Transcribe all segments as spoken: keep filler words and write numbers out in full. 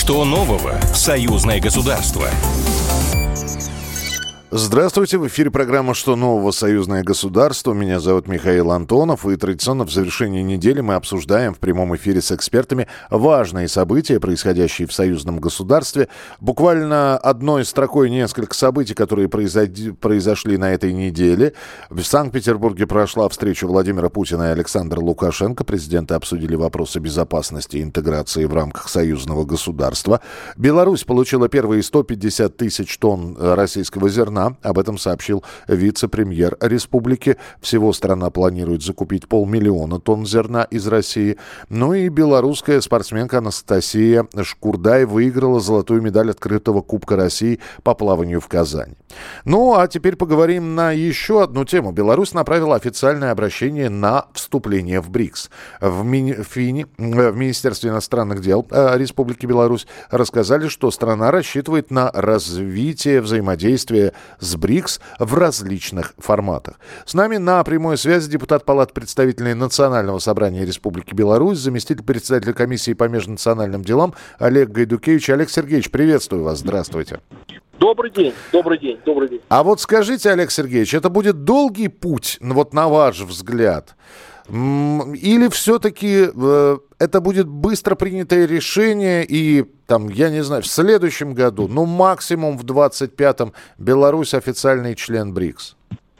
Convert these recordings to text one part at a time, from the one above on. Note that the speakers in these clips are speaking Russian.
Что нового в союзное государство? Здравствуйте, в эфире программа «Что нового? Союзное государство». Меня зовут Михаил Антонов, и традиционно в завершении недели мы обсуждаем в прямом эфире с экспертами важные события, происходящие в союзном государстве. Буквально одной строкой несколько событий, которые произойди, произошли на этой неделе. В Санкт-Петербурге прошла встреча Владимира Путина и Александра Лукашенко. Президенты обсудили вопросы безопасности и интеграции в рамках союзного государства. Беларусь получила первые сто пятьдесят тысяч тонн российского зерна. Об этом сообщил вице-премьер республики. Всего страна планирует закупить полмиллиона тонн зерна из России. Ну и белорусская спортсменка Анастасия Шкурдай выиграла золотую медаль открытого Кубка России по плаванию в Казани. Ну, а теперь поговорим на еще одну тему. Беларусь направила официальное обращение на вступление в БРИКС. В, Ми... Фини... в Министерстве иностранных дел Республики Беларусь рассказали, что страна рассчитывает на развитие взаимодействия с БРИКС в различных форматах. С нами на прямой связи депутат Палаты представителей Национального собрания Республики Беларусь, заместитель председателя комиссии по межнациональным делам Олег Гайдукевич. Олег Сергеевич, приветствую вас. Здравствуйте. Добрый день, добрый день, добрый день. А вот скажите, Олег Сергеевич, это будет долгий путь, вот на ваш взгляд? Или все-таки э, это будет быстро принятое решение, и, там, я не знаю, в следующем году, ну, максимум в двадцать пятом, Беларусь официальный член БРИКС?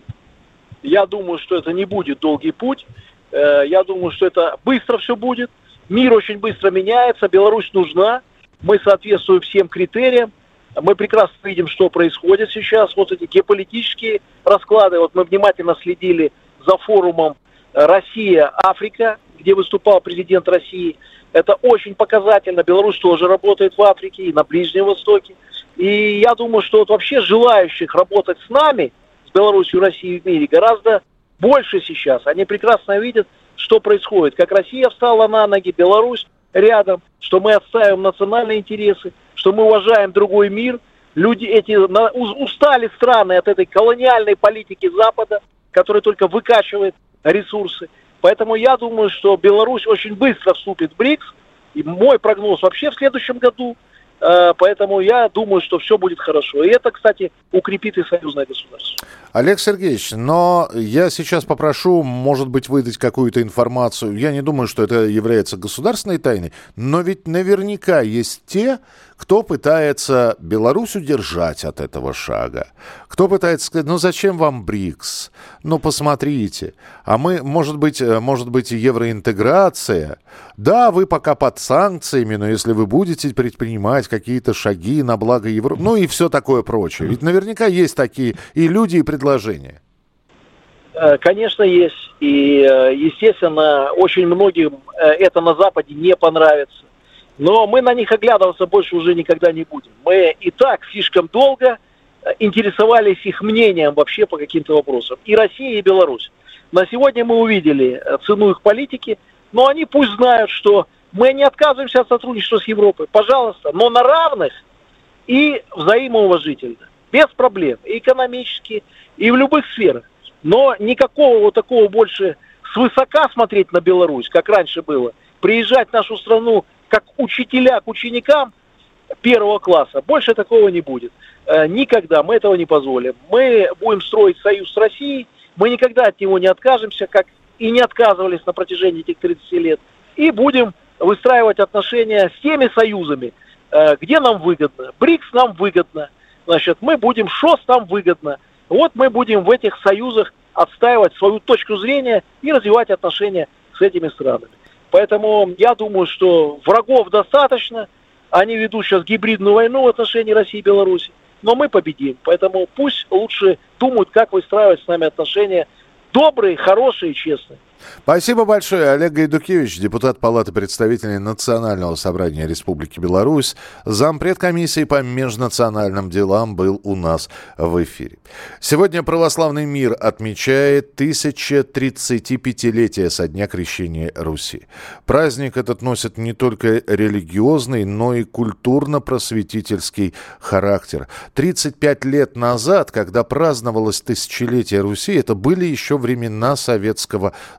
Я думаю, что это не будет долгий путь. Э, я думаю, что это быстро все будет. Мир очень быстро меняется, Беларусь нужна. Мы соответствуем всем критериям. Мы прекрасно видим, что происходит сейчас. Вот эти геополитические расклады. Вот мы внимательно следили за форумом Россия-Африка, где выступал президент России. Это очень показательно. Беларусь тоже работает в Африке и на Ближнем Востоке. И я думаю, что вот вообще желающих работать с нами, с Беларусью, Россией в мире, гораздо больше сейчас. Они прекрасно видят, что происходит. Как Россия встала на ноги, Беларусь рядом, что мы отстаиваем национальные интересы, что мы уважаем другой мир. Люди эти устали страны от этой колониальной политики Запада, которая только выкачивает ресурсы. Поэтому я думаю, что Беларусь очень быстро вступит в БРИКС. И мой прогноз вообще в следующем году. Поэтому я думаю, что все будет хорошо. И это, кстати, укрепит и союзное государство. Олег Сергеевич, но я сейчас попрошу, может быть, выдать какую-то информацию. Я не думаю, что это является государственной тайной, но ведь наверняка есть те, кто пытается Беларусь удержать от этого шага. Кто пытается сказать, ну зачем вам БРИКС? Ну посмотрите. А мы, может быть, может быть, евроинтеграция. Да, вы пока под санкциями, но если вы будете предпринимать какие-то шаги на благо Европы, ну и все такое прочее. Ведь наверняка есть такие и люди, и предложения. Конечно, есть. И, естественно, очень многим это на Западе не понравится. Но мы на них оглядываться больше уже никогда не будем. Мы и так слишком долго интересовались их мнением вообще по каким-то вопросам. И Россия, и Беларусь. На сегодня мы увидели цену их политики, но они пусть знают, что мы не отказываемся от сотрудничества с Европой. Пожалуйста, но на равных и взаимоуважительно. Без проблем. И экономически, и в любых сферах. Но никакого вот такого больше свысока смотреть на Беларусь, как раньше было. Приезжать в нашу страну как учителя к ученикам первого класса. Больше такого не будет. Никогда мы этого не позволим. Мы будем строить союз с Россией. Мы никогда от него не откажемся, как и не отказывались на протяжении этих тридцати лет. И будем выстраивать отношения с теми союзами, где нам выгодно. БРИКС нам выгодно. Значит, мы будем, ШОС нам выгодно. Вот мы будем в этих союзах отстаивать свою точку зрения и развивать отношения с этими странами. Поэтому я думаю, что врагов достаточно. Они ведут сейчас гибридную войну в отношении России и Беларуси. Но мы победим. Поэтому пусть лучше думают, как выстраивать с нами отношения добрые, хорошие и честные. Спасибо большое. Олег Гайдукевич, депутат Палаты представителей Национального собрания Республики Беларусь, зампред комиссии по межнациональным делам, был у нас в эфире. Сегодня православный мир отмечает тысяча тридцатипятилетие со дня крещения Руси. Праздник этот носит не только религиозный, но и культурно-просветительский характер. тридцать пять лет назад, когда праздновалось тысячелетие Руси, это были еще времена Советского Союза.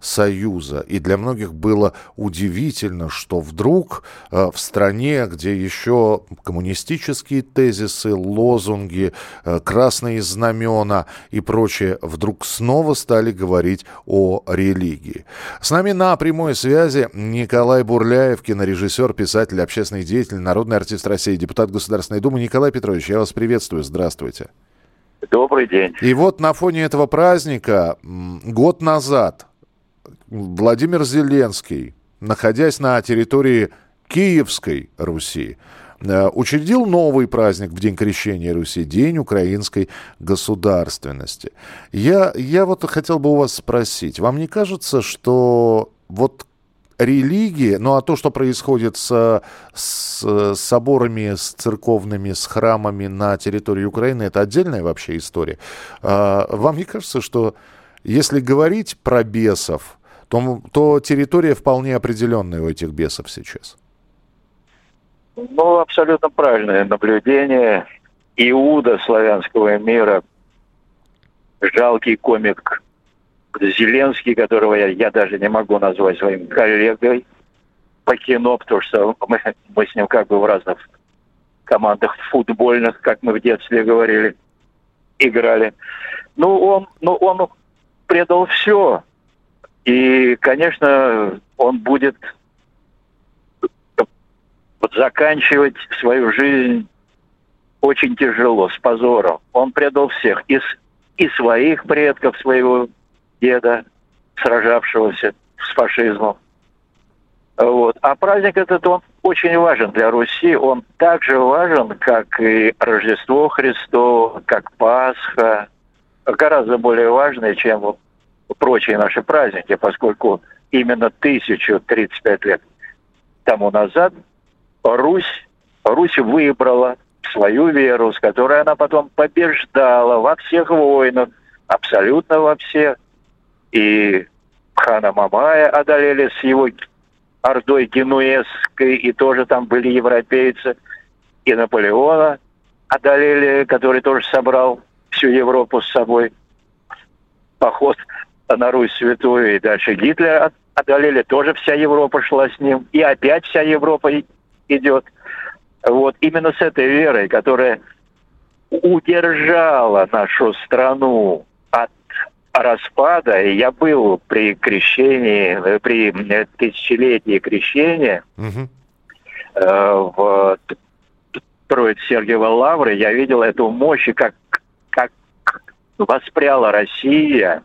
Союза. И для многих было удивительно, что вдруг в стране, где еще коммунистические тезисы, лозунги, красные знамена и прочее, вдруг снова стали говорить о религии. С нами на прямой связи Николай Бурляев, кинорежиссер, писатель, общественный деятель, народный артист России, депутат Государственной Думы. Николай Петрович, я вас приветствую. Здравствуйте. Добрый день. И вот на фоне этого праздника год назад Владимир Зеленский, находясь на территории Киевской Руси, учредил новый праздник в День Крещения Руси, День украинской государственности. Я, я вот хотел бы у вас спросить, вам не кажется, что вот религии, ну а то, что происходит с, с соборами, с церковными, с храмами на территории Украины, это отдельная вообще история. Вам не кажется, что если говорить про бесов, то, то территория вполне определенная у этих бесов сейчас? Ну, абсолютно правильное наблюдение. Иуда славянского мира, жалкий комик Зеленский, которого я, я даже не могу назвать своим коллегой по кино, потому что мы, мы с ним как бы в разных командах футбольных, как мы в детстве говорили, играли. Ну, он, ну, он предал все. И, конечно, он будет вот заканчивать свою жизнь очень тяжело, с позором. Он предал всех. И, и своих предков, своего деда, сражавшегося с фашизмом. Вот. А праздник этот, он очень важен для Руси. Он так же важен, как и Рождество Христово, как Пасха. Гораздо более важный, чем прочие наши праздники, поскольку именно тысяча тридцать пять лет тому назад Русь, Русь выбрала свою веру, с которой она потом побеждала во всех войнах, абсолютно во всех. И хана Мамая одолели с его ордой генуэзской, и тоже там были европейцы. И Наполеона одолели, который тоже собрал всю Европу с собой. Поход на Русь святую, и дальше Гитлера одолели, тоже вся Европа шла с ним. И опять вся Европа идет. Вот именно с этой верой, которая удержала нашу страну от распада. И я был при крещении, при тысячелетии крещения угу. э, в Троице-Сергиевой лавры. Я видел эту мощь, и как, как воспряла Россия.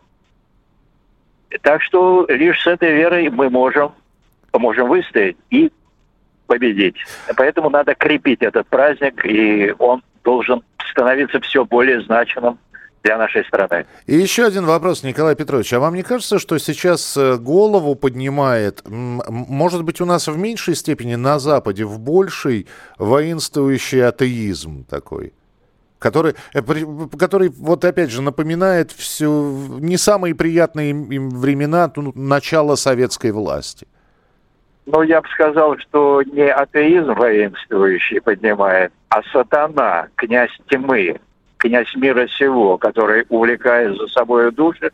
Так что лишь с этой верой мы можем, можем выстоять и победить. Поэтому надо крепить этот праздник, и он должен становиться все более значимым для нашей страны. И еще один вопрос, Николай Петрович. А вам не кажется, что сейчас голову поднимает, может быть, у нас в меньшей степени на Западе, в большей, воинствующий атеизм такой? Который, который, вот опять же, напоминает все не самые приятные времена начала советской власти. Ну, я бы сказал, что не атеизм воинствующий поднимает, а сатана, князь тьмы, князь мира сего, который увлекает за собой души,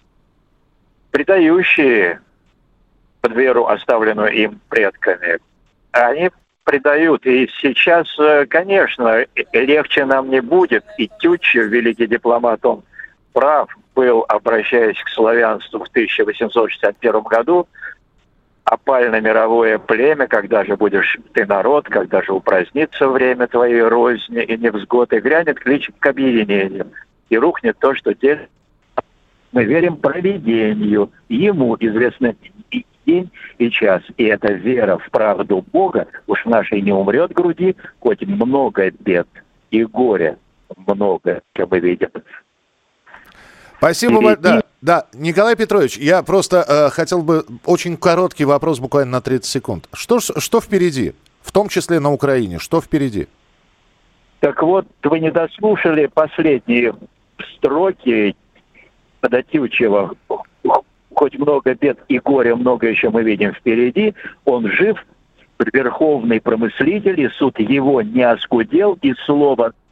предающие под веру, оставленную им предками. Они предают. И сейчас, конечно, легче нам не будет. И Тютчев, великий дипломат, он прав был, обращаясь к славянству в тысяча восемьсот шестьдесят первом году, опально мировое племя, когда же будешь ты народ, когда же упразднится время твоей розни и невзгод, и грянет клич к объединению, и рухнет то, что делает. Мы верим провидению, ему известны и день, и час. И эта вера в правду Бога уж в нашей не умрет в груди, хоть много бед и горя много, как мы видим. Спасибо. И, да, и... да, Николай Петрович, я просто э, хотел бы очень короткий вопрос, буквально на тридцать секунд. Что, что впереди, в том числе на Украине, что впереди? Так вот, вы не дослушали последние строки Тютчева. Хоть много бед и горя, много еще мы видим впереди. Он жив, верховный промыслитель, и суд его не оскудел, и слово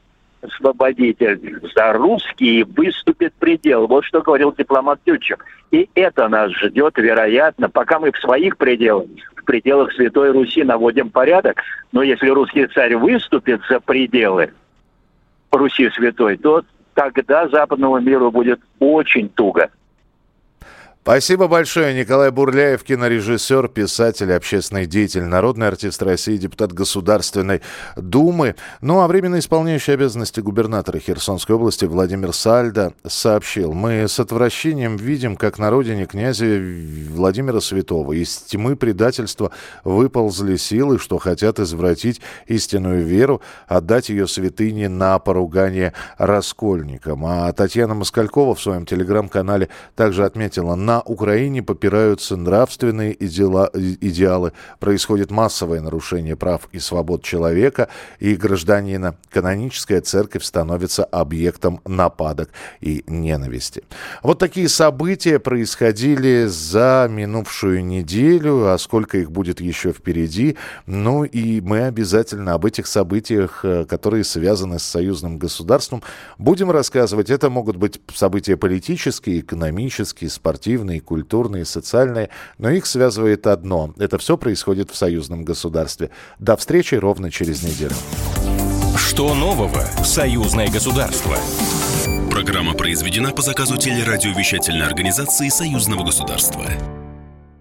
освободитель за русские выступит предел. Вот что говорил дипломат Тютчев. И это нас ждет, вероятно, пока мы в своих пределах, в пределах Святой Руси наводим порядок. Но если русский царь выступит за пределы Руси Святой, то тогда западному миру будет очень туго. Спасибо большое. Николай Бурляев, кинорежиссер, писатель, общественный деятель, народный артист России, депутат Государственной Думы. Ну а временно исполняющий обязанности губернатора Херсонской области Владимир Сальдо сообщил: мы с отвращением видим, как на родине князя Владимира Святого из тьмы предательства выползли силы, что хотят извратить истинную веру, отдать ее святыне на поругание раскольникам. А Татьяна Москалькова в своем телеграм-канале также отметила: на Украине попираются нравственные идеала, идеалы, происходит массовое нарушение прав и свобод человека и гражданина. Каноническая церковь становится объектом нападок и ненависти. Вот такие события происходили за минувшую неделю, а сколько их будет еще впереди. Ну и мы обязательно об этих событиях, которые связаны с союзным государством, будем рассказывать. Это могут быть события политические, экономические, спортивные, культурные, социальные, но их связывает одно. Это все происходит в союзном государстве. До встречи ровно через неделю. Что нового в союзное государство? Программа произведена по заказу телерадиовещательной организации союзного государства.